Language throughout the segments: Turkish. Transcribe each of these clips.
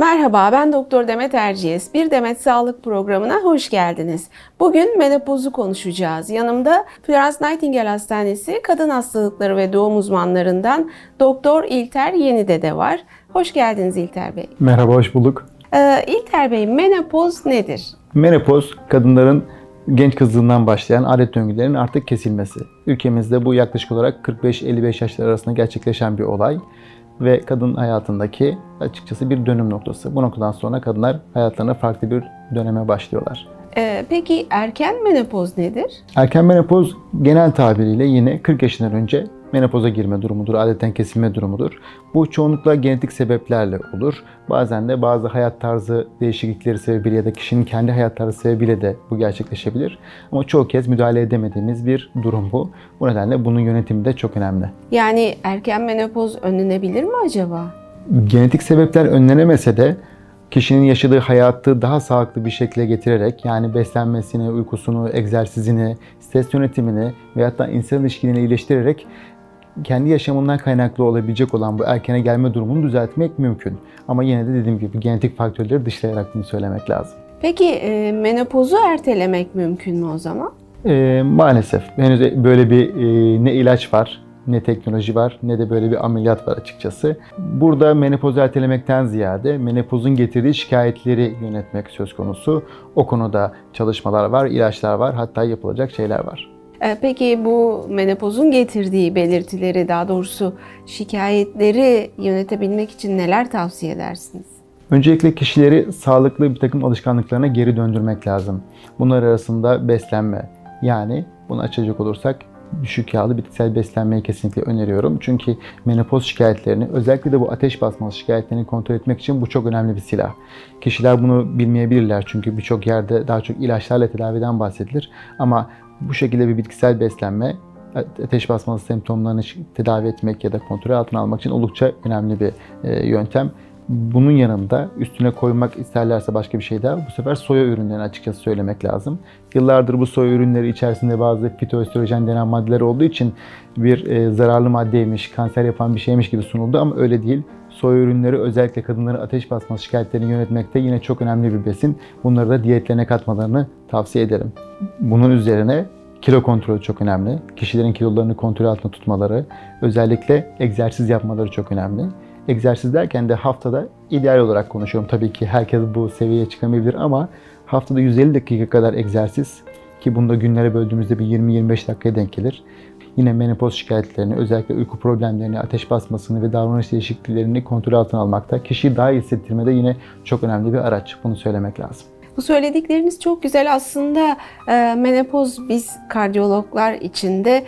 Merhaba, ben Doktor Demet Erciyes. Bir Demet Sağlık programına hoş geldiniz. Bugün menopozu konuşacağız. Yanımda Florence Nightingale Hastanesi Kadın Hastalıkları ve Doğum Uzmanlarından Doktor İlter Yenidede var. Hoş geldiniz İlter Bey. Merhaba, hoş bulduk. İlter Bey, menopoz nedir? Menopoz, kadınların genç kızlığından başlayan adet döngülerinin artık kesilmesi. Ülkemizde bu yaklaşık olarak 45-55 yaşlar arasında gerçekleşen bir olay. Ve kadın hayatındaki açıkçası bir dönüm noktası. Bu noktadan sonra kadınlar hayatlarına farklı bir döneme başlıyorlar. Peki erken menopoz nedir? Erken menopoz genel tabiriyle yine 40 yaşından önce menopoza girme durumudur, adetten kesilme durumudur. Bu çoğunlukla genetik sebeplerle olur. Bazen de bazı hayat tarzı değişiklikleri sebebiyle ya da kişinin kendi hayat tarzı sebebiyle de bu gerçekleşebilir. Ama çoğu kez müdahale edemediğimiz bir durum bu. Bu nedenle bunun yönetimi de çok önemli. Yani erken menopoz önlenebilir mi acaba? Genetik sebepler önlenemese de kişinin yaşadığı hayatı daha sağlıklı bir şekilde getirerek, yani beslenmesini, uykusunu, egzersizini, stres yönetimini veyahut da insan ilişkilerini iyileştirerek kendi yaşamından kaynaklı olabilecek olan bu erkene gelme durumunu düzeltmek mümkün. Ama yine de dediğim gibi genetik faktörleri dışlayarak bunu söylemek lazım. Peki menopozu ertelemek mümkün mü o zaman? Maalesef henüz böyle bir ne ilaç var, ne teknoloji var, ne de böyle bir ameliyat var açıkçası. Burada menopozu ertelemekten ziyade menopozun getirdiği şikayetleri yönetmek söz konusu. O konuda çalışmalar var, ilaçlar var, hatta yapılacak şeyler var. Peki bu menopozun getirdiği belirtileri, daha doğrusu şikayetleri yönetebilmek için neler tavsiye edersiniz? Öncelikle kişileri sağlıklı bir takım alışkanlıklarına geri döndürmek lazım. Bunlar arasında beslenme, yani bunu açacak olursak düşük yağlı bitkisel beslenmeyi kesinlikle öneriyorum. Çünkü menopoz şikayetlerini, özellikle de bu ateş basması şikayetlerini kontrol etmek için bu çok önemli bir silah. Kişiler bunu bilmeyebilirler çünkü birçok yerde daha çok ilaçlarla tedaviden bahsedilir. Ama bu şekilde bir bitkisel beslenme ateş basması semptomlarını tedavi etmek ya da kontrol altına almak için oldukça önemli bir yöntem. Bunun yanında üstüne koymak isterlerse başka bir şey daha, bu sefer soya ürünlerini açıkçası söylemek lazım. Yıllardır bu soya ürünleri içerisinde bazı fitoöstrojen denen maddeler olduğu için bir zararlı maddeymiş, kanser yapan bir şeymiş gibi sunuldu ama öyle değil. Soya ürünleri özellikle kadınların ateş basması şikayetlerini yönetmekte yine çok önemli bir besin. Bunları da diyetlerine katmalarını tavsiye ederim. Bunun üzerine kilo kontrolü çok önemli. Kişilerin kilolarını kontrol altında tutmaları, özellikle egzersiz yapmaları çok önemli. Egzersiz derken de haftada ideal olarak konuşuyorum. Tabii ki herkes bu seviyeye çıkamayabilir ama haftada 150 dakika kadar egzersiz, ki bunda günlere böldüğümüzde bir 20-25 dakikaya denk gelir. Yine menopoz şikayetlerini, özellikle uyku problemlerini, ateş basmasını ve davranış değişikliklerini kontrol altına almakta, kişiyi daha iyi hissettirmede yine çok önemli bir araç. Bunu söylemek lazım. Bu söyledikleriniz çok güzel. Aslında menopoz biz kardiyologlar için de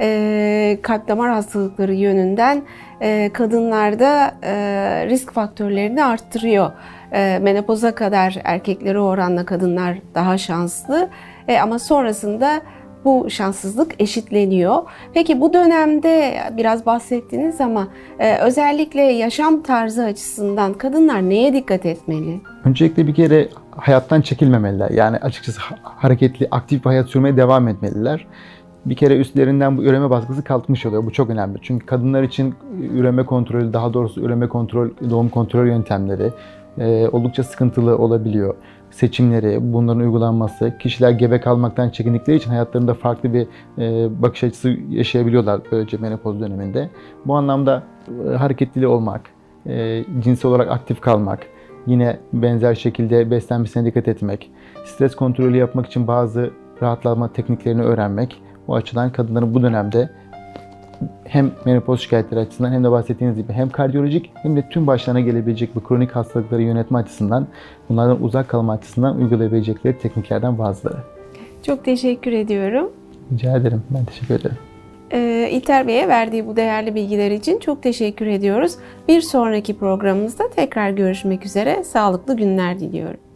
kalp damar hastalıkları yönünden kadınlarda risk faktörlerini arttırıyor. Menopoza kadar erkeklere oranla kadınlar daha şanslı ama sonrasında bu şanssızlık eşitleniyor. Peki bu dönemde biraz bahsettiniz ama özellikle yaşam tarzı açısından kadınlar neye dikkat etmeli? Öncelikle bir kere hayattan çekilmemeliler. Yani açıkçası hareketli, aktif bir hayat sürmeye devam etmeliler. Bir kere üstlerinden bu üreme baskısı kalkmış oluyor. Bu çok önemli. Çünkü kadınlar için üreme kontrolü, daha doğrusu üreme kontrol, doğum kontrol yöntemleri oldukça sıkıntılı olabiliyor. Seçimleri, bunların uygulanması, kişiler gebe kalmaktan çekindikleri için hayatlarında farklı bir bakış açısı yaşayabiliyorlar böylece menopoz döneminde. Bu anlamda hareketli olmak, cinsel olarak aktif kalmak, yine benzer şekilde beslenmesine dikkat etmek, stres kontrolü yapmak için bazı rahatlama tekniklerini öğrenmek, bu açıdan kadınların bu dönemde hem menopoz şikayetleri açısından hem de bahsettiğiniz gibi hem kardiyolojik hem de tüm başlarına gelebilecek bu kronik hastalıkları yönetme açısından, bunlardan uzak kalma açısından uygulayabilecekleri tekniklerden bazıları. Çok teşekkür ediyorum. Rica ederim. Ben teşekkür ederim. İlter Bey'e verdiği bu değerli bilgiler için çok teşekkür ediyoruz. Bir sonraki programımızda tekrar görüşmek üzere. Sağlıklı günler diliyorum.